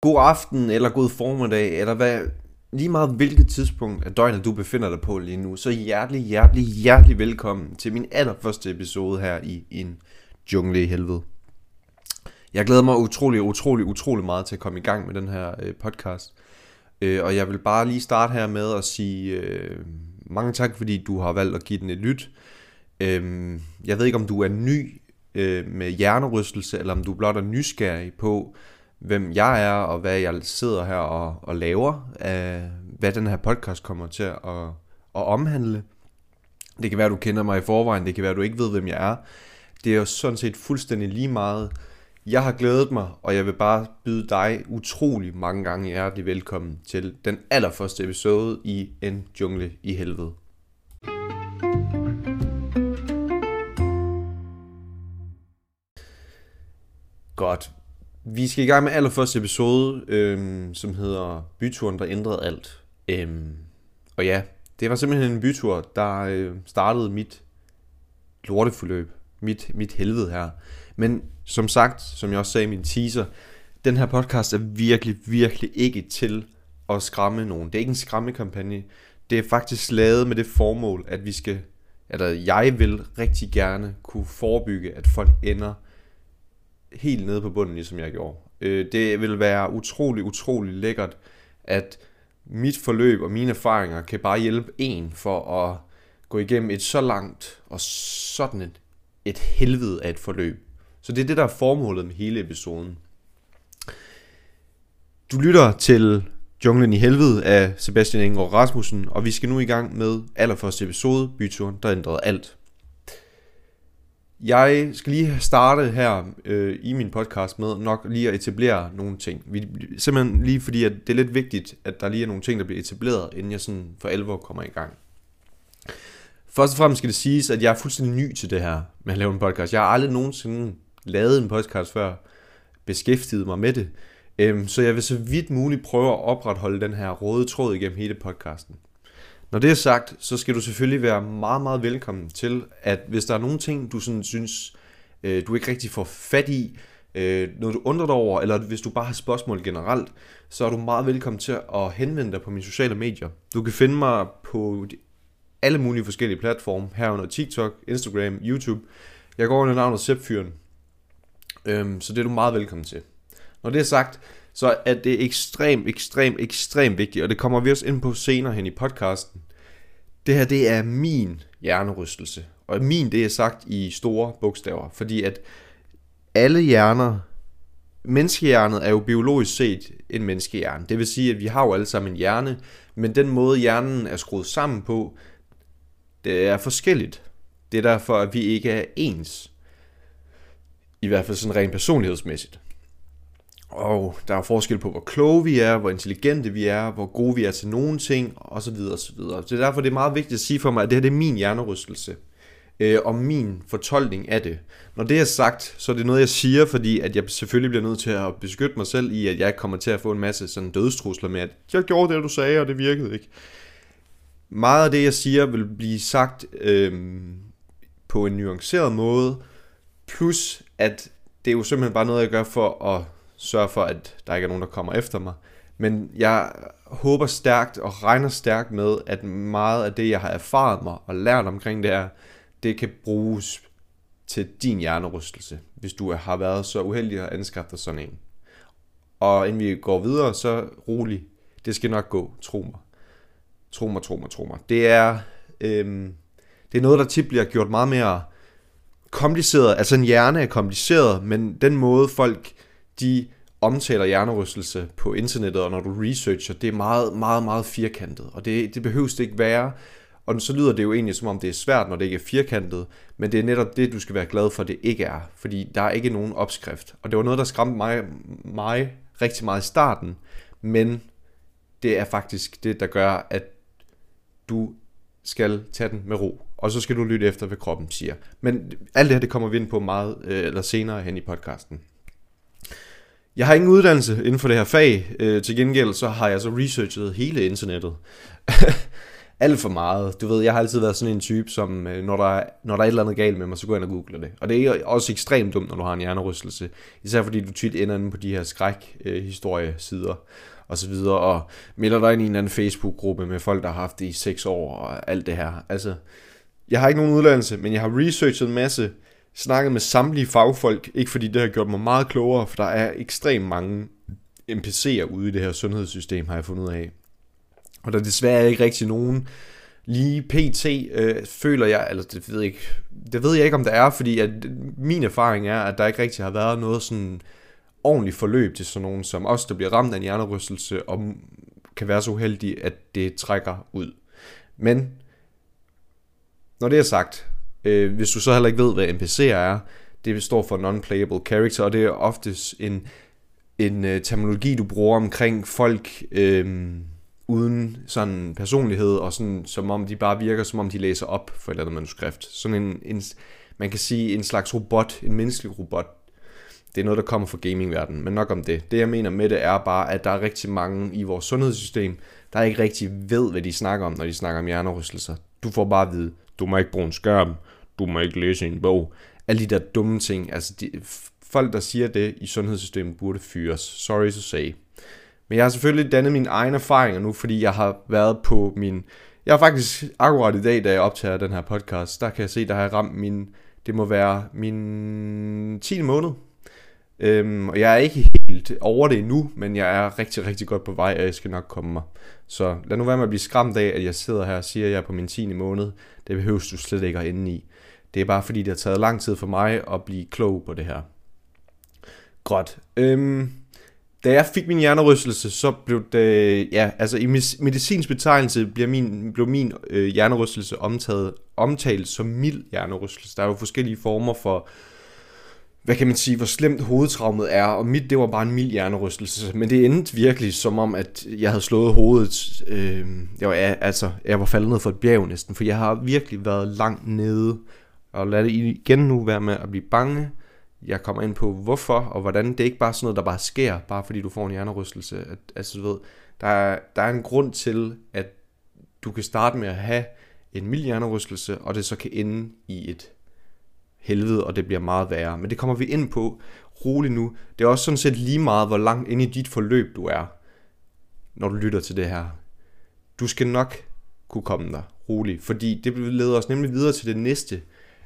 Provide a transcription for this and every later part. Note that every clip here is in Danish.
God aften, eller god formiddag, eller lige meget hvilket tidspunkt af døgnet du befinder dig på lige nu, så hjertelig velkommen til min allerførste episode her i En Jungle i Helvede. Jeg glæder mig utrolig meget til at komme i gang med den her podcast. Og jeg vil bare lige starte her med at sige mange tak, fordi du har valgt at give den et lyt. Jeg ved ikke, om du er ny med hjernerystelse, eller om du blot er nysgerrig på, hvem jeg er, og hvad jeg sidder her og laver, hvad den her podcast kommer til at omhandle. Det kan være, du kender mig i forvejen, det kan være, du ikke ved, hvem jeg er. Det er jo sådan set fuldstændig lige meget. Jeg har glædet mig, og jeg vil bare byde dig utrolig mange gange hjertelig velkommen til den allerførste episode i En Jungle i Helvede. Godt. Vi skal i gang med allerførste episode, som hedder Byturen, der ændrede alt. Og ja, det var simpelthen en bytur, der startede mit lorteforløb, mit helvede her. Men som sagt, som jeg også sagde i min teaser, den her podcast er virkelig ikke til at skræmme nogen. Det er ikke en skræmmekampagne. Det er faktisk lavet med det formål, at jeg vil rigtig gerne kunne forebygge, at folk ender helt nede på bunden, ligesom jeg gjorde. Det vil være utrolig lækkert, at mit forløb og mine erfaringer kan bare hjælpe en for at gå igennem et så langt og sådan et helvede af et forløb. Så det er det, der er formålet med hele episoden. Du lytter til Junglen i Helvede af Sebastian Enggaard Rasmussen, og vi skal nu i gang med allerførste episode, Byturen, der ændrede alt. Jeg skal lige starte her i min podcast med nok lige at etablere nogle ting. Simpelthen lige fordi, at det er lidt vigtigt, at der lige er nogle ting, der bliver etableret, inden jeg sådan for alvor kommer i gang. Først og fremmest skal det siges, at jeg er fuldstændig ny til det her med at lave en podcast. Jeg har aldrig nogensinde lavet en podcast før, beskæftiget mig med det. Så jeg vil så vidt muligt prøve at opretholde den her røde tråd igennem hele podcasten. Når det er sagt, så skal du selvfølgelig være meget velkommen til, at hvis der er nogle ting, du sådan synes, du ikke rigtig får fat i, noget du undrer dig over, eller hvis du bare har spørgsmål generelt, så er du meget velkommen til at henvende dig på mine sociale medier. Du kan finde mig på alle mulige forskellige platforme, herunder TikTok, Instagram, YouTube. Jeg går under navnet Sepfyren, så det er du meget velkommen til. Når det er sagt, så er det ekstremt vigtigt, og det kommer vi også ind på senere hen i podcasten. Det her, det er min hjernerystelse. Og min, det er sagt i store bogstaver, fordi at alle hjerner, menneskehjernet er jo biologisk set en menneskehjerne. Det vil sige, at vi har jo alle sammen en hjerne, men den måde hjernen er skruet sammen på, det er forskelligt. Det er derfor, at vi ikke er ens. I hvert fald sådan rent personlighedsmæssigt. Og der er forskel på, hvor kloge vi er, hvor intelligente vi er, hvor gode vi er til nogle ting, osv. osv. Så det er derfor, det er meget vigtigt at sige for mig, at det her det er min hjernerystelse. Og min fortolkning af det. Når det er sagt, så er det noget, jeg siger, fordi at jeg selvfølgelig bliver nødt til at beskytte mig selv i, at jeg kommer til at få en masse sådan dødstrusler med, at jeg gjorde det, du sagde, og det virkede ikke. Meget af det, jeg siger, vil blive sagt på en nuanceret måde, plus at det er jo simpelthen bare noget, jeg gør for at sørge for, at der ikke er nogen, der kommer efter mig. Men jeg håber stærkt og regner stærkt med, at meget af det, jeg har erfaret mig og lært omkring det her, det kan bruges til din hjernerystelse, hvis du har været så uheldig at anskaffe dig sådan en. Og inden vi går videre, så rolig. Det skal nok gå, tro mig. Tro mig. Det er noget, der tit bliver gjort meget mere kompliceret. Altså en hjerne er kompliceret, men den måde folk de omtaler hjernerystelse på internettet, og når du researcher, det er meget firkantet, og det behøves det ikke være, og så lyder det jo egentlig som om det er svært, når det ikke er firkantet, men det er netop det, du skal være glad for, det ikke er, fordi der er ikke nogen opskrift, og det var noget, der skræmte mig rigtig meget i starten, men det er faktisk det, der gør, at du skal tage den med ro, og så skal du lytte efter, hvad kroppen siger. Men alt det her, det kommer vi ind på meget eller senere hen i podcasten. Jeg har ingen uddannelse inden for det her fag. Til gengæld så har jeg så researchet hele internettet. alt for meget. Du ved, jeg har altid været sådan en type, som når der er et eller andet galt med mig, så går jeg ind og googler det. Og det er også ekstremt dumt, når du har en hjernerystelse. Især fordi du tit ender inde på de her skræk-historiesider og så videre, og melder dig ind i en anden Facebook-gruppe med folk, der har haft det i 6 år og alt det her. Altså, jeg har ikke nogen uddannelse, men jeg har researchet en masse, snakket med samtlige fagfolk, ikke fordi det har gjort mig meget klogere, for der er ekstremt mange NPC'er ude i det her sundhedssystem, har jeg fundet ud af. Og der desværre ikke rigtig nogen lige pt. Føler jeg, eller det ved jeg ikke om der er, fordi at min erfaring er, at der ikke rigtig har været noget sådan ordentligt forløb til sådan nogen som os, der bliver ramt af en hjernerystelse, og kan være så uheldige, at det trækker ud. Men når det er sagt, hvis du så heller ikke ved, hvad NPC'er er, det står for non-playable character, og det er oftest en terminologi, du bruger omkring folk uden sådan personlighed, og sådan, som om de bare virker, som om de læser op for et eller andet manuskript. Sådan en man kan sige, en slags robot, en menneskelig robot. Det er noget, der kommer fra gamingverdenen, men nok om det. Det jeg mener med det er bare, at der er rigtig mange i vores sundhedssystem, der ikke rigtig ved, hvad de snakker om, når de snakker om hjernerystelser. Du får bare at vide, du må ikke bruge en skærm, du må ikke læse en bog. Alle de der dumme ting, altså folk, der siger det i sundhedssystemet, burde fyres. Sorry to say. Men jeg har selvfølgelig dannet mine egne erfaringer nu, fordi jeg har været på jeg har faktisk akkurat i dag, da jeg optager den her podcast, der kan jeg se, der har jeg ramt det må være min 10. måned. Og jeg er ikke helt over det endnu, men jeg er rigtig, rigtig godt på vej, og jeg skal nok komme mig. Så lad nu være med at blive skræmt af, at jeg sidder her og siger, at jeg er på min 10. måned. Det behøves du slet ikke at ende i. Det er bare fordi, det har taget lang tid for mig at blive klog på det her. Godt. Da jeg fik min hjernerystelse, så blev det, i medicinsk betegnelse blev min hjernerystelse omtalt som mild hjernerystelse. Der er jo forskellige former for, hvad kan man sige, hvor slemt hovedtraumet er, og det var bare en mild hjernerystelse, men det endte virkelig som om, at jeg havde slået hovedet, jeg var faldet ned for et bjerg næsten, for jeg har virkelig været langt nede, og lad det igen nu være med at blive bange. Jeg kommer ind på hvorfor og hvordan. Det er ikke bare sådan noget, der bare sker, bare fordi du får en hjernerystelse. Altså du ved, der er en grund til, at du kan starte med at have en mild hjernerystelse, og det så kan ende i et helvede, og det bliver meget værre. Men det kommer vi ind på roligt nu. Det er også sådan set lige meget, hvor langt inde i dit forløb du er, når du lytter til det her. Du skal nok kunne komme der roligt, fordi det leder os nemlig videre til det næste.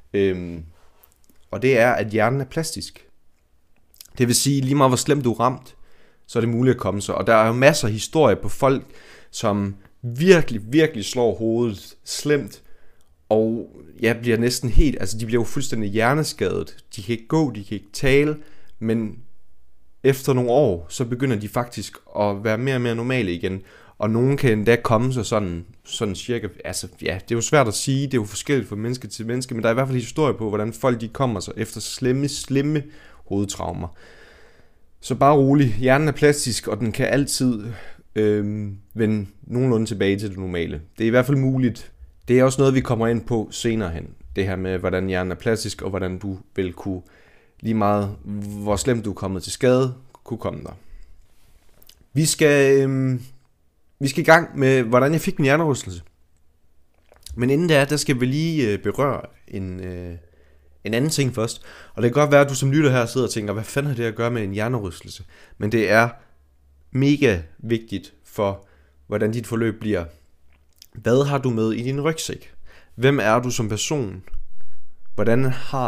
Og det er, at hjernen er plastisk. Det vil sige, lige meget hvor slemt du er ramt, så er det muligt at komme sig. Og der er jo masser af historier på folk, som virkelig, virkelig slår hovedet slemt, og bliver næsten helt, altså de bliver jo fuldstændig hjerneskadet. De kan ikke gå, de kan ikke tale, men efter nogle år, så begynder de faktisk at være mere og mere normale igen. Og nogen kan endda komme sig sådan cirka, altså det er jo svært at sige, det er jo forskelligt fra menneske til menneske, men der er i hvert fald historie på, hvordan folk de kommer sig efter slemme hovedtraumer. Så bare rolig, hjernen er plastisk, og den kan altid vende nogenlunde tilbage til det normale. Det er i hvert fald muligt. Det er også noget, vi kommer ind på senere hen. Det her med, hvordan hjernen er plastisk, og hvordan du vil kunne, lige meget hvor slemt du er kommet til skade, kunne komme der. Vi skal i gang med, hvordan jeg fik min hjernerystelse. Men inden der skal vi lige berøre en anden ting først. Og det kan godt være, at du som lytter her sidder og tænker, hvad fanden har det at gøre med en hjernerystelse? Men det er mega vigtigt for, hvordan dit forløb bliver. Hvad har du med i din rygsæk? Hvem er du som person? Hvordan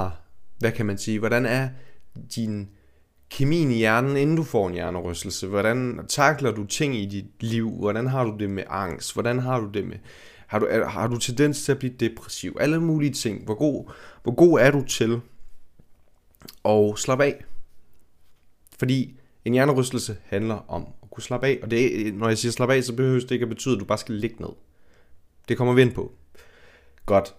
er din kemien i hjernen, inden du får en hjernerystelse? Hvordan takler du ting i dit liv? Hvordan har du det med angst? Hvordan har du det med... Har du tendens til at blive depressiv? Alle mulige ting. Hvor god er du til at slappe af? Fordi en hjernerystelse handler om at kunne slappe af. Og det, når jeg siger slappe af, så behøver det ikke at betyde, at du bare skal ligge ned. Det kommer vi ind på. Godt.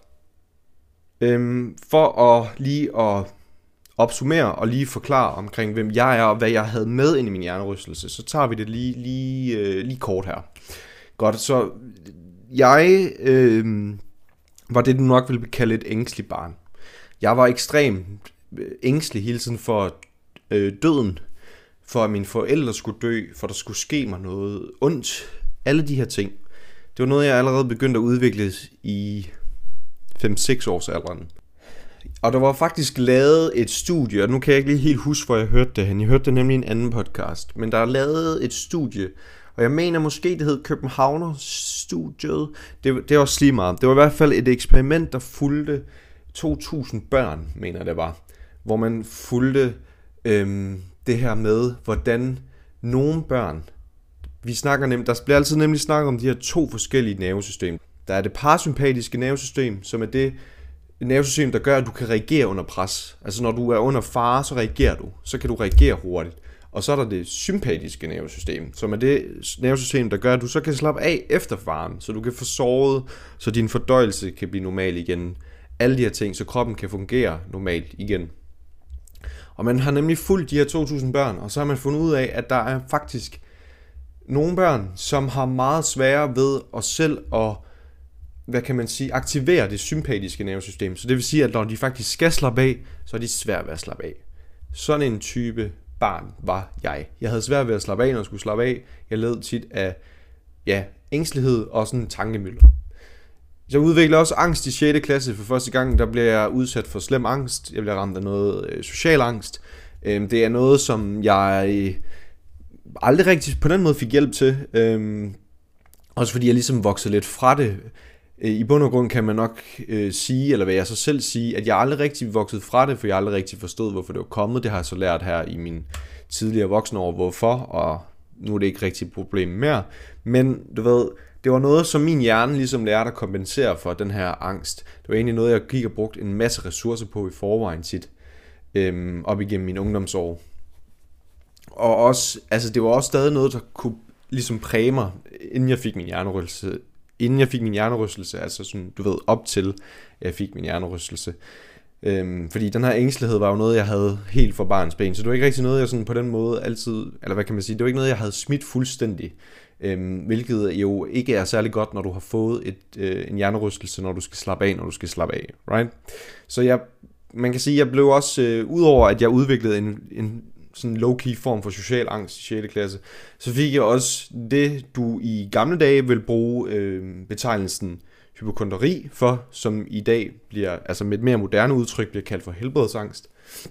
For at opsummere og lige forklare omkring, hvem jeg er og hvad jeg havde med ind i min hjernerystelse, så tager vi det lige kort her. Godt, så jeg var det, du nok ville kalde et ængstligt barn. Jeg var ekstremt ængstelig hele tiden for døden, for at mine forældre skulle dø, for der skulle ske mig noget ondt, alle de her ting. Det var noget, jeg allerede begyndte at udvikle i 5-6 års alderen. Og der var faktisk lavet et studie, og nu kan jeg ikke lige helt huske, hvor jeg hørte det hen. Jeg hørte det nemlig i en anden podcast. Men der er lavet et studie, og jeg mener måske, det hed Københavner-studiet. Det er også lige meget. Det var i hvert fald et eksperiment, der fulgte 2.000 børn, mener det var. Hvor man fulgte det her med, hvordan nogle børn... Der bliver altid nemlig snakket om de her 2 forskellige nervesystemer. Der er det parasympatiske nervesystem, som er det nervesystem, der gør, at du kan reagere under pres. Altså når du er under fare, så reagerer du. Så kan du reagere hurtigt. Og så er der det sympatiske nervesystem, som er det nervesystem, der gør, at du så kan slappe af efter faren. Så du kan få sovet, så din fordøjelse kan blive normal igen. Alle de her ting, så kroppen kan fungere normalt igen. Og man har nemlig fulgt de her 2.000 børn, og så har man fundet ud af, at der er faktisk nogle børn, som har meget sværere ved at selv aktivere det sympatiske nervesystem. Så det vil sige, at når de faktisk skal slappe af, så er de svært ved at slappe af. Sådan en type barn var jeg. Jeg havde svært ved at slappe af, når jeg skulle slappe af. Jeg led tit af ængstelighed og sådan tankemylder. Jeg udviklede også angst i 6. klasse. For første gang, der blev jeg udsat for slem angst. Jeg blev ramt af noget social angst. Det er noget, som jeg aldrig rigtig på den måde fik hjælp til. Også fordi jeg ligesom voksede lidt fra det. I bund og grund kan man nok sige, eller hvad jeg så selv sige, at jeg aldrig rigtig voksede fra det, for jeg aldrig rigtig forstod, hvorfor det var kommet. Det har jeg så lært her i min tidligere voksne år, hvorfor, og nu er det ikke rigtig et problem mere. Men du ved, det var noget, som min hjerne ligesom lærte at kompensere for, den her angst. Det var egentlig noget, jeg gik og brugte en masse ressourcer på i forvejen tit, op igennem mine ungdomsår. Og også, altså det var også stadig noget, der kunne ligesom præge mig, inden jeg fik min hjernerystelse. Altså sådan, du ved, op til jeg fik min hjernerystelse. Fordi den her ængstelighed var jo noget, jeg havde helt fra barnsben. Så det var ikke rigtig noget, jeg sådan på den måde altid, eller hvad kan man sige, det var ikke noget, jeg havde smidt fuldstændig. Hvilket jo ikke er særlig godt, når du har fået en hjernerystelse, når du skal slappe af, right? Så man kan sige, jeg blev også, udover at jeg udviklede en sådan low-key form for social angst i 6. klasse, så fik jeg også det, du i gamle dage vil bruge betegnelsen hypokondri for, som i dag bliver, altså med et mere moderne udtryk, bliver kaldt for helbredsangst.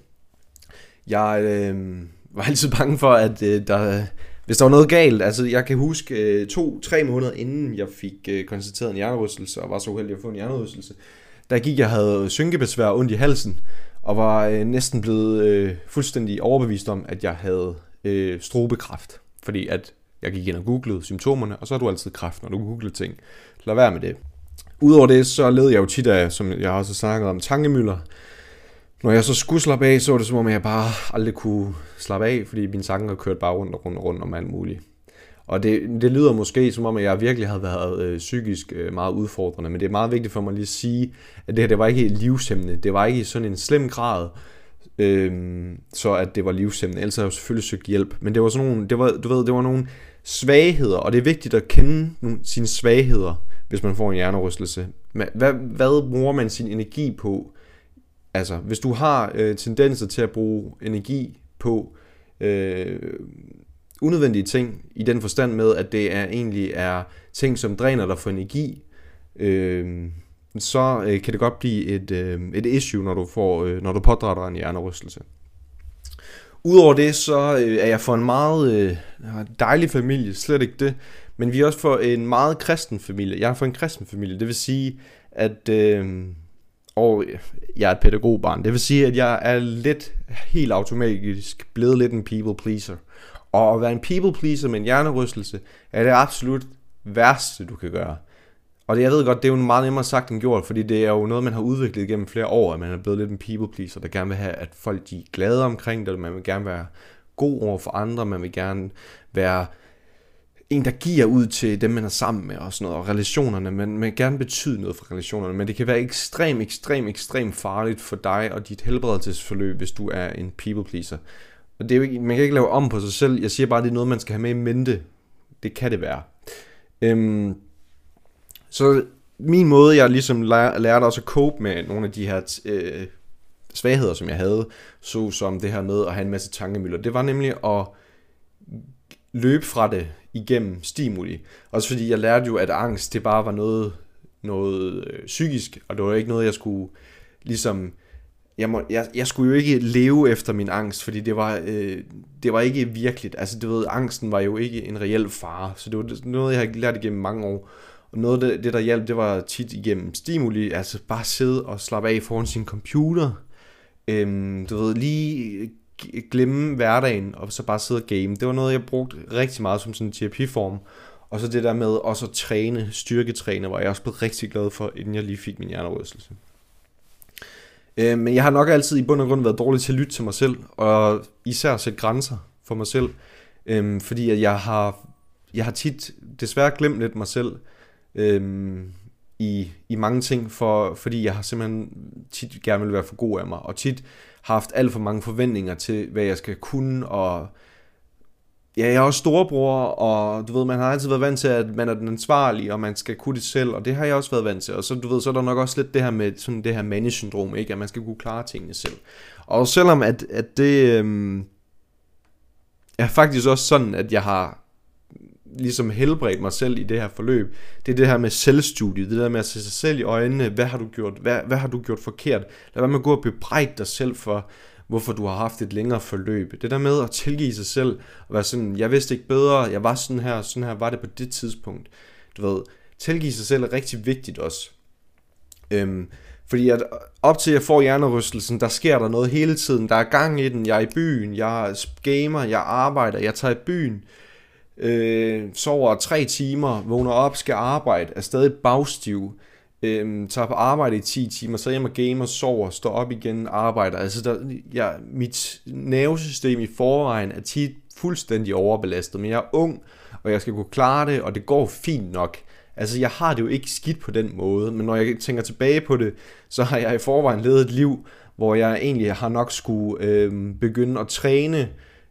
Jeg var altid bange for, at hvis der var noget galt, altså jeg kan huske 2-3 måneder inden jeg fik konstateret en hjernerystelse, og var så uheldig at få en hjernerystelse, der gik jeg havde synkebesvær og ondt i halsen, og var næsten blevet fuldstændig overbevist om, at jeg havde strubekræft. Fordi at jeg gik ind og googlede symptomerne, og så har du altid kræft, når du googler ting. Lad være med det. Udover det, så led jeg jo tit af, som jeg også har snakket om, tankemylder. Når jeg så skulle slappe af, så var det som om, jeg bare aldrig kunne slappe af, fordi mine tanker kørte bare rundt om alt muligt. Og det lyder måske som om, at jeg virkelig havde været psykisk meget udfordrende, men det er meget vigtigt for mig lige at sige, at det her, det var ikke livshæmmende. Det var ikke i sådan en slem grad, så at det var livshæmmende. Ellers havde jeg jo selvfølgelig søgt hjælp. Men det var sådan nogle, det var nogle svagheder, og det er vigtigt at kende sine svagheder, hvis man får en hjernerystelse. Hvad bruger man sin energi på? Altså, hvis du har tendenser til at bruge energi på unødvendige ting, i den forstand med, at det egentlig er ting, som dræner dig for energi, så kan det godt blive et issue, når du pådrager dig en hjernerystelse. Udover det, så er jeg for en meget dejlig familie, slet ikke det, men vi er også for en meget kristen familie. Jeg er for en kristen familie, det vil sige, at og jeg er et pædagogbarn, det vil sige, at jeg er lidt helt automatisk blevet lidt en people pleaser. Og at være en people pleaser med en hjernerystelse er det absolut værste, du kan gøre. Og det, jeg ved godt, det er jo meget nemmere sagt end gjort, fordi det er jo noget, man har udviklet gennem flere år, at man er blevet lidt en people pleaser, der gerne vil have, at folk de er glade omkring det, man vil gerne være god over for andre, man vil gerne være en, der giver ud til dem, man er sammen med og sådan noget, og relationerne, man vil gerne betyde noget for relationerne, men det kan være ekstremt farligt for dig og dit helbredelsesforløb, hvis du er en people pleaser. Og det er jo ikke, man kan ikke lave om på sig selv, jeg siger bare, det er noget, man skal have med i mente. Det kan det være. Så min måde, jeg ligesom lærte også at cope med nogle af de her svagheder, som jeg havde, så som det her med at have en masse tankemylder, det var nemlig at løbe fra det igennem stimuli. Også fordi jeg lærte jo, at angst, det bare var noget psykisk, og det var ikke noget, jeg skulle ligesom... Jeg skulle jo ikke leve efter min angst, fordi det var ikke virkeligt. Altså, du ved, angsten var jo ikke en reel fare, så det var noget, jeg har lært igennem mange år. Og noget af det, der hjalp, det var tit igennem stimuli, altså bare sidde og slappe af foran sin computer. Du ved, lige glemme hverdagen, og så bare sidde og game. Det var noget, jeg brugte rigtig meget som sådan en terapiform. Og så det der med også at træne, styrketræne, var jeg også blevet rigtig glad for, inden jeg lige fik min hjernerystelse. Men jeg har nok altid i bund og grund været dårlig til at lytte til mig selv, og især sætte grænser for mig selv, fordi at jeg har tit desværre glemt lidt mig selv i mange ting, fordi jeg har simpelthen tit gerne vil være for god af mig, og tit har haft alt for mange forventninger til, hvad jeg skal kunne, og ja, jeg er også storebror, og du ved, man har altid været vant til, at man er den ansvarlige, og man skal kunne det selv, og det har jeg også været vant til. Og så, du ved, så er der nok også lidt det her med sådan det her mandesyndrom, ikke? At man skal kunne klare tingene selv. Og selvom at det er faktisk også sådan, at jeg har ligesom helbredt mig selv i det her forløb, det er det her med selvstudie, det der med at se sig selv i øjnene, hvad har du gjort, hvad har du gjort forkert? Lad være med at gå og bebrejde dig selv for, hvorfor du har haft et længere forløb. Det der med at tilgive sig selv, og være sådan, jeg vidste ikke bedre, jeg var sådan her var det på det tidspunkt. Du ved, tilgive sig selv er rigtig vigtigt også. Fordi at op til jeg får hjernerystelsen, der sker der noget hele tiden. Der er gang i den, jeg er i byen, jeg gamer, jeg arbejder, jeg tager i byen, sover 3 timer, vågner op, skal arbejde, er stadig bagstiv, tager på arbejde i 10 timer, så hjem og gamer, sover, står op igen, arbejder. Altså mit nervesystem i forvejen er tit fuldstændig overbelastet, men jeg er ung, og jeg skal kunne klare det, og det går fint nok. Altså jeg har det jo ikke skidt på den måde, men når jeg tænker tilbage på det, så har jeg i forvejen levet et liv, hvor jeg egentlig har nok skulle begynde at træne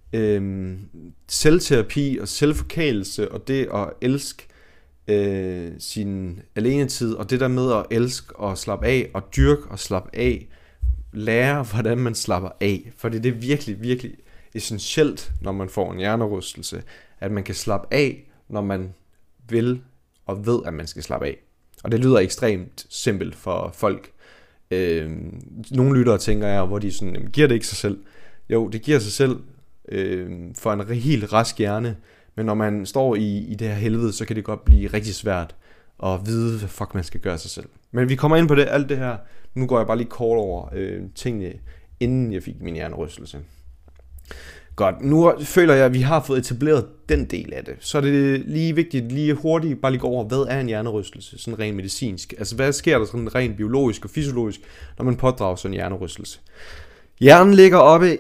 selvterapi og selvforkælelse, og det at elske sin alenetid, og det der med at elske og slappe af, og dyrke og slappe af, lære hvordan man slapper af, for det er virkelig, virkelig essentielt, når man får en hjernerystelse, at man kan slappe af, når man vil og ved, at man skal slappe af. Og det lyder ekstremt simpelt for folk. Nogle lyttere tænker jeg, hvor de sådan, giver det ikke sig selv? Jo, det giver sig selv for en helt rask hjerne, men når man står i det her helvede, så kan det godt blive rigtig svært at vide, hvad fuck man skal gøre sig selv. Men vi kommer ind på det, alt det her. Nu går jeg bare lige kort over tingene, inden jeg fik min hjernerystelse. Godt, nu føler jeg, at vi har fået etableret den del af det. Så er det lige vigtigt, lige hurtigt, bare lige gå over, hvad er en hjernerystelse, sådan rent medicinsk. Altså hvad sker der sådan rent biologisk og fysiologisk, når man pådrager sådan en hjernerystelse. Hjernen ligger oppe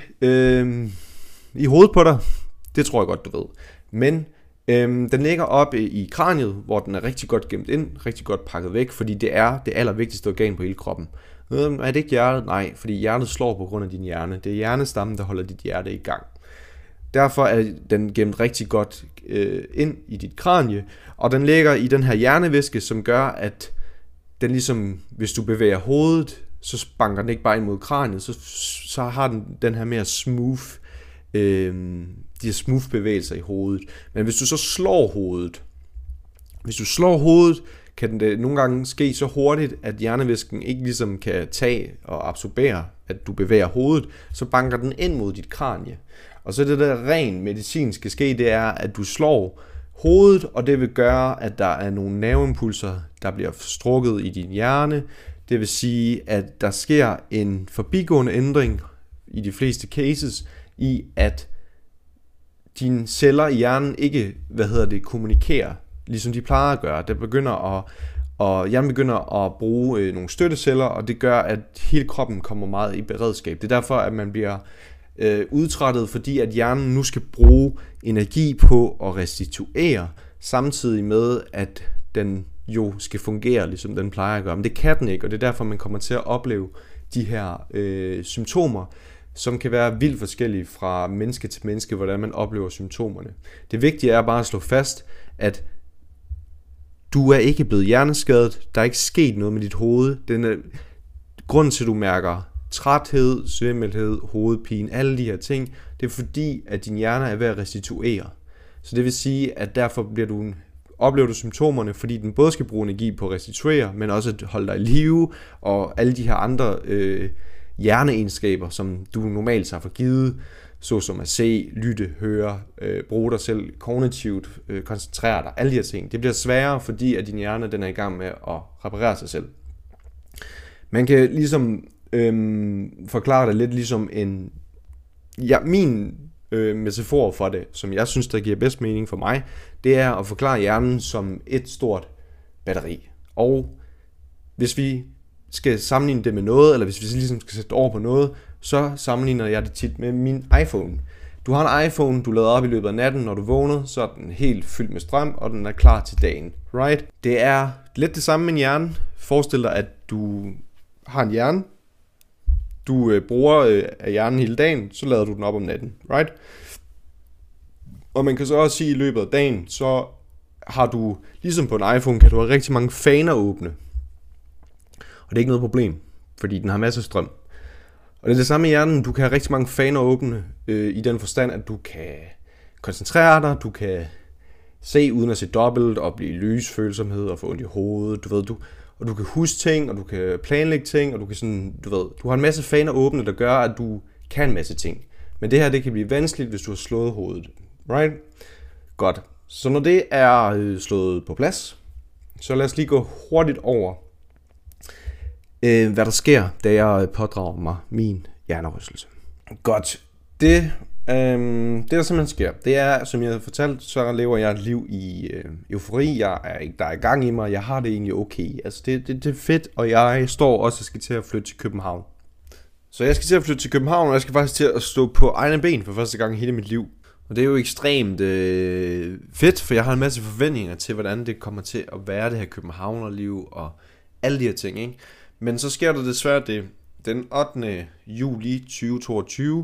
i hovedet på dig. Det tror jeg godt, du ved. Men den ligger oppe i kraniet, hvor den er rigtig godt gemt ind, rigtig godt pakket væk, fordi det er det allervigtigste organ på hele kroppen. Er det ikke hjertet? Nej, fordi hjertet slår på grund af din hjerne. Det er hjernestammen, der holder dit hjerte i gang. Derfor er den gemt rigtig godt ind i dit kranie, og den ligger i den her hjernevæske, som gør, at den ligesom, hvis du bevæger hovedet, så banker den ikke bare ind mod kraniet, så har den her mere smooth, de her smooth bevægelser i hovedet. Men hvis du så slår hovedet, kan det nogle gange ske så hurtigt, at hjernevæsken ikke ligesom kan tage og absorbere, at du bevæger hovedet, så banker den ind mod dit kranie. Og så det der ren medicinsk skal ske, det er, at du slår hovedet, og det vil gøre, at der er nogle nerveimpulser, der bliver strukket i din hjerne. Det vil sige, at der sker en forbigående ændring i de fleste cases, i at dine celler i hjernen ikke, kommunikerer, ligesom de plejer at gøre. Hjernen begynder at bruge nogle støtteceller, og det gør, at hele kroppen kommer meget i beredskab. Det er derfor, at man bliver udtrættet, fordi at hjernen nu skal bruge energi på at restituere, samtidig med, at den jo skal fungere, ligesom den plejer at gøre. Men det kan den ikke, og det er derfor, man kommer til at opleve de her symptomer, som kan være vildt forskellige fra menneske til menneske, hvordan man oplever symptomerne. Det vigtige er bare at slå fast, at du er ikke blevet hjerneskadet, der er ikke sket noget med dit hoved. Grunden til, at du mærker træthed, svimmelhed, hovedpine, alle de her ting, det er fordi, at din hjerne er ved at restituere. Så det vil sige, at derfor oplever du symptomerne, fordi den både skal bruge energi på at restituere, men også at holde dig i live, og alle de her andre hjerneegenskaber, som du normalt tager for givet, såsom at se, lytte, høre, bruge dig selv kognitivt, koncentrere dig, alle de her ting. Det bliver sværere, fordi at din hjerne den er i gang med at reparere sig selv. Man kan ligesom forklare det lidt ligesom min metafor for det, som jeg synes, der giver bedst mening for mig, det er at forklare hjernen som et stort batteri. Og hvis vi skal sammenligne det med noget, eller hvis vi ligesom skal sætte over på noget, så sammenligner jeg det tit med min iPhone. Du har en iPhone, du lader op i løbet af natten, når du vågner, så er den helt fyldt med strøm, og den er klar til dagen. Right? Det er lidt det samme med en hjerne. Forestil dig, at du har en hjerne, du bruger af hjernen hele dagen, så lader du den op om natten. Right? Og man kan så også sige, at i løbet af dagen, så har du, ligesom på en iPhone, kan du have rigtig mange faner åbne. Og det er ikke noget problem, fordi den har masser af strøm. Og det er det samme i hjernen, du kan have rigtig mange faner åbne, i den forstand, at du kan koncentrere dig, du kan se uden at se dobbelt, og blive lysfølsomhed og få ondt i hovedet, og du kan huske ting, og du kan planlægge ting, og du kan sådan, du har en masse faner åbne, der gør, at du kan en masse ting. Men det her, det kan blive vanskeligt, hvis du har slået hovedet. Right? Godt. Så når det er slået på plads, så lad os lige gå hurtigt over, hvad der sker, da jeg pådrager mig min hjernerystelse. Godt. Det der simpelthen sker, det er, som jeg har fortalt, så lever jeg et liv i eufori. Der er i gang i mig, jeg har det egentlig okay. Altså det er fedt, og jeg står også og skal til at flytte til København. Så jeg skal til at flytte til København, og jeg skal faktisk til at stå på egne ben for første gang i hele mit liv. Og det er jo ekstremt fedt, for jeg har en masse forventninger til, hvordan det kommer til at være det her københavnerliv og alle de her ting, ikke? Men så sker der desværre det den 8. juli 2022.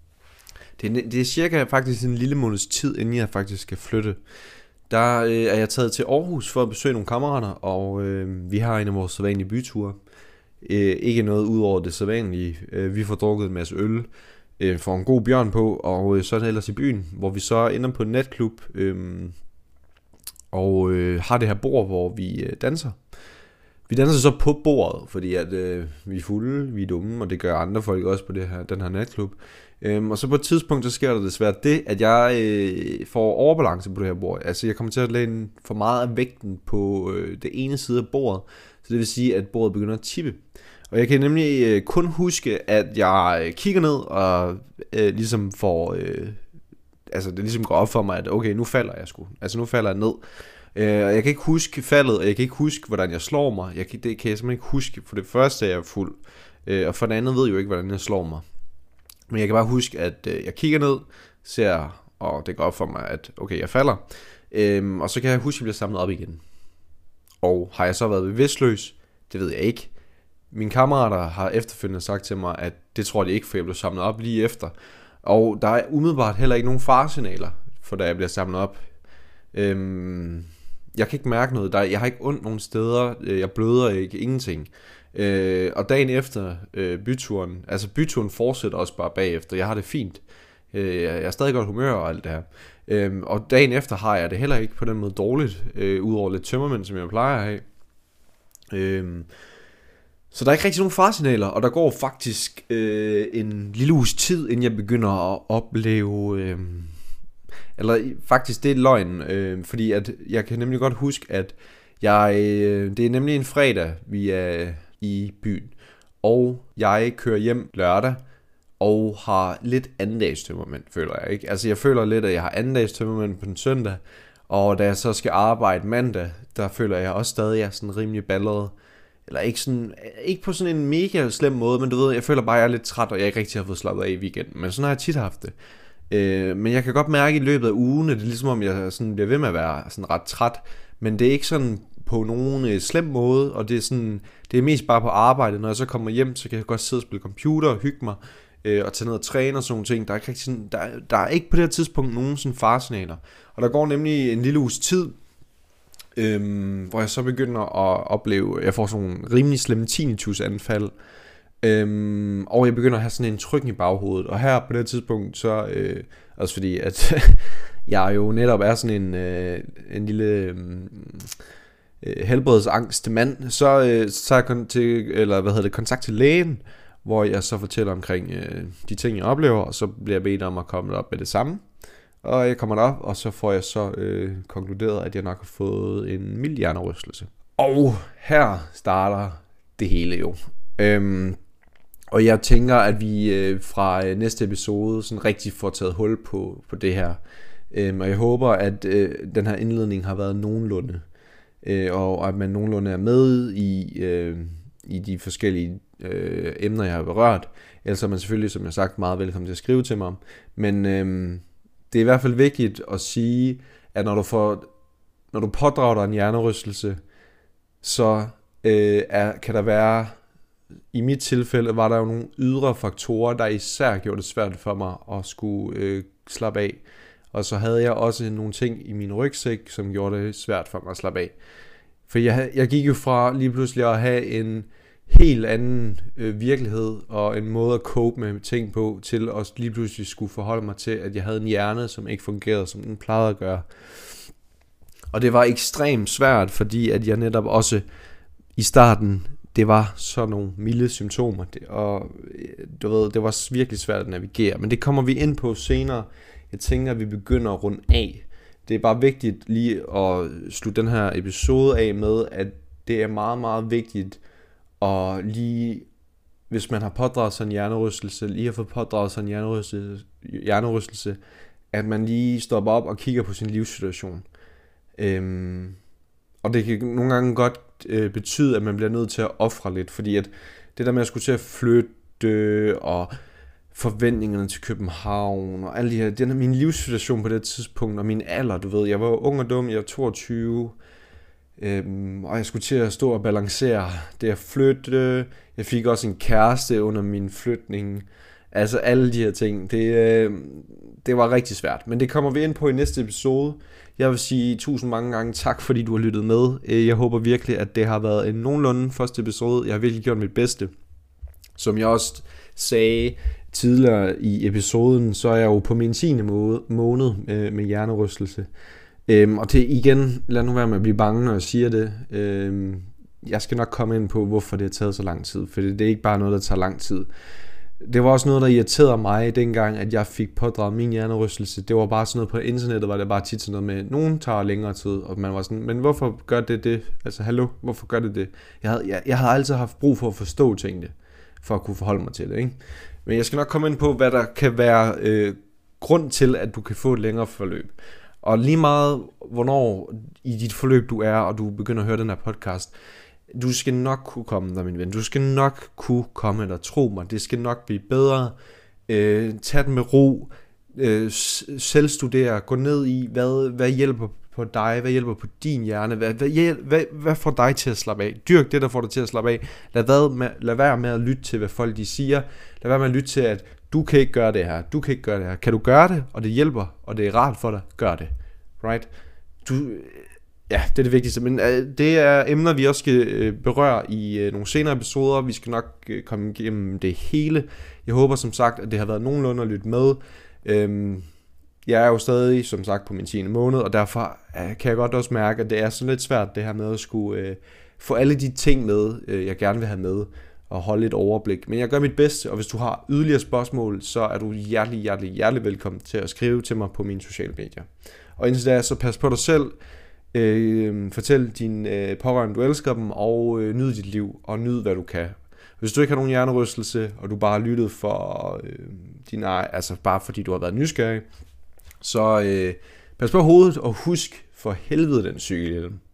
Det er cirka faktisk en lille måneds tid, inden jeg faktisk skal flytte. Der er jeg taget til Aarhus for at besøge nogle kammerater, og vi har en af vores sædvanlige byture. Ikke noget ud over det sædvanlige. Vi får drukket en masse øl, får en god bjørn på, og så er det ellers i byen, hvor vi så ender på en natklub, og har det her bord, hvor vi danser. Vi danser så på bordet, fordi at vi er fulde, vi er dumme, og det gør andre folk også på den her natklub. Og så på et tidspunkt, så sker der desværre det, at jeg får overbalance på det her bord. Altså jeg kommer til at lægge for meget af vægten på det ene side af bordet, så det vil sige, at bordet begynder at tippe. Og jeg kan nemlig kun huske, at jeg kigger ned og ligesom får, altså det ligesom går op for mig, at okay, nu falder jeg sgu. Altså nu falder jeg ned. Og jeg kan ikke huske faldet, og jeg kan ikke huske, hvordan jeg slår mig. Det kan jeg simpelthen ikke huske. For det første er jeg fuld, og for det andet ved jeg jo ikke, hvordan jeg slår mig. Men jeg kan bare huske, at jeg kigger ned, ser, og det går op for mig, at okay, jeg falder. Og så kan jeg huske, at jeg bliver samlet op igen. Og har jeg så været bevidstløs? Det ved jeg ikke. Mine kammerater har efterfølgende sagt til mig, at det tror de ikke, for jeg blev samlet op lige efter. Og der er umiddelbart heller ikke nogen faresignaler, for da jeg bliver samlet op. Jeg kan ikke mærke noget. Jeg har ikke ondt nogen steder. Jeg bløder ikke, ingenting. Og dagen efter byturen, altså byturen fortsætter også bare bagefter. Jeg har det fint. Jeg er stadig godt humør og alt det her. Og dagen efter har jeg det heller ikke på den måde dårligt, udover lidt tømmermænd, som jeg plejer at have. Så der er ikke rigtig nogen faresignaler, og der går faktisk en lille uges tid, inden jeg begynder at opleve... Eller faktisk det er løgn, fordi at jeg kan nemlig godt huske, at det er nemlig en fredag, vi er i byen, og jeg kører hjem lørdag, og har lidt andendagstømmermænd, føler jeg, ikke? Altså jeg føler lidt, at jeg har andendagstømmermænd på den søndag, og da jeg så skal arbejde mandag, der føler jeg også stadig, at jeg er sådan rimelig balleret. Eller ikke på sådan en mega slem måde, men du ved, jeg føler bare, at jeg er lidt træt, og jeg ikke rigtig har fået slappet af i weekenden. Men sådan har jeg tit haft det. Men jeg kan godt mærke i løbet af ugen, at det er ligesom om jeg sådan bliver ved med at være sådan ret træt. Men det er ikke sådan på nogen slem måde, og det er mest bare på arbejde. Når jeg så kommer hjem, så kan jeg godt sidde og spille computer og hygge mig, og tage ned og træne og sådan nogle ting. Der er ikke rigtig sådan, der er ikke på det her tidspunkt nogen sådan faresignaler. Og der går nemlig en lille uges tid, hvor jeg så begynder at opleve, jeg får sådan nogle rimelig slemme tinnitus anfald, Og jeg begynder at have sådan en trykken i baghovedet. Og her på det tidspunkt, så også fordi at jeg jo netop er sådan en lille helbredsangst mand, så jeg kontakt til lægen, hvor jeg så fortæller omkring de ting jeg oplever, og så bliver jeg bedt om at komme op med det samme. Og jeg kommer derop, og så får jeg så konkluderet, at jeg nok har fået en mild hjernerystelse. Og her starter det hele jo. Og jeg tænker, at vi fra næste episode sådan rigtig får taget hul på det her. Og jeg håber, at den her indledning har været nogenlunde. Og at man nogenlunde er med i de forskellige emner, jeg har berørt. Ellers er man selvfølgelig, som jeg har sagt, meget velkommen til at skrive til mig. Men det er i hvert fald vigtigt at sige, at når du pådrager dig en hjernerystelse, så kan der være, i mit tilfælde var der jo nogle ydre faktorer, der især gjorde det svært for mig at skulle slappe af. Og så havde jeg også nogle ting i min rygsæk, som gjorde det svært for mig at slappe af. For jeg gik jo fra lige pludselig at have en helt anden virkelighed og en måde at cope med ting på, til at lige pludselig skulle forholde mig til, at jeg havde en hjerne, som ikke fungerede, som den plejede at gøre. Og det var ekstremt svært, fordi at jeg netop også i starten, det var sådan nogle milde symptomer, og du ved, det var virkelig svært at navigere, men det kommer vi ind på senere. Jeg tænker, at vi begynder at runde af. Det er bare vigtigt lige at slutte den her episode af med, at det er meget, meget vigtigt at lige, hvis man har pådraget sig en hjernerystelse, lige har fået pådraget sig en hjernerystelse, at man lige stopper op og kigger på sin livssituation. Og det kan nogle gange godt betyde, at man bliver nødt til at ofre lidt, fordi at det der med at skulle til at flytte og forventningerne til København og alle de her, det er min livssituation på det tidspunkt og min alder, du ved, jeg var ung og dum, jeg var 22, og jeg skulle til at stå og balancere det at flytte. Jeg fik også en kæreste under min flytning. Altså alle de her ting, det var rigtig svært, men det kommer vi ind på i næste episode. Jeg vil sige 1000 mange gange tak, fordi du har lyttet med. Jeg håber virkelig, at det har været en nogenlunde første episode. Jeg har virkelig gjort mit bedste. Som jeg også sagde tidligere i episoden, så er jeg jo på min 10. måned med hjernerystelse. Og det igen, lad nu være med at blive bange, når jeg siger det. Jeg skal nok komme ind på, hvorfor det har taget så lang tid. For det er ikke bare noget, der tager lang tid. Det var også noget, der irriterede mig dengang, at jeg fik pådraget min hjernerystelse. Det var bare sådan noget på internettet, var det bare tit sådan noget med, nogen tager længere tid, og man var sådan, men hvorfor gør det? Altså hallo, hvorfor gør det? Jeg havde altid haft brug for at forstå tingene, for at kunne forholde mig til det, ikke? Men jeg skal nok komme ind på, hvad der kan være grund til, at du kan få et længere forløb. Og lige meget, hvornår i dit forløb du er, og du begynder at høre den her podcast, du skal nok kunne komme der, min ven. Du skal nok kunne komme der, tro mig. Det skal nok blive bedre. Tag den med ro. Selvstudere. Gå ned i, hvad hjælper på dig? Hvad hjælper på din hjerne? Hvad får dig til at slappe af? Dyrk det, der får dig til at slappe af. Lad være med at lytte til, hvad folk de siger. Lad være med at lytte til, at du kan ikke gøre det her. Du kan ikke gøre det her. Kan du gøre det, og det hjælper, og det er rart for dig, gør det. Right? Ja, det er det vigtigste, men det er emner, vi også skal berøre i nogle senere episoder. Vi skal nok komme igennem det hele. Jeg håber som sagt, at det har været nogenlunde at lytte med. Jeg er jo stadig, som sagt, på min 10. måned, og derfor kan jeg godt også mærke, at det er sådan lidt svært, det her med at skulle få alle de ting med, jeg gerne vil have med, og holde et overblik. Men jeg gør mit bedste, og hvis du har yderligere spørgsmål, så er du hjertelig velkommen til at skrive til mig på mine sociale medier. Og indtil da, så pas på dig selv. Fortæl dine pårørende, du elsker dem, og nyd dit liv, og nyd hvad du kan. Hvis du ikke har nogen hjernerystelse, og du bare har lyttet for altså bare fordi du har været nysgerrig, så pas på hovedet, og husk for helvede den cykelhjelm.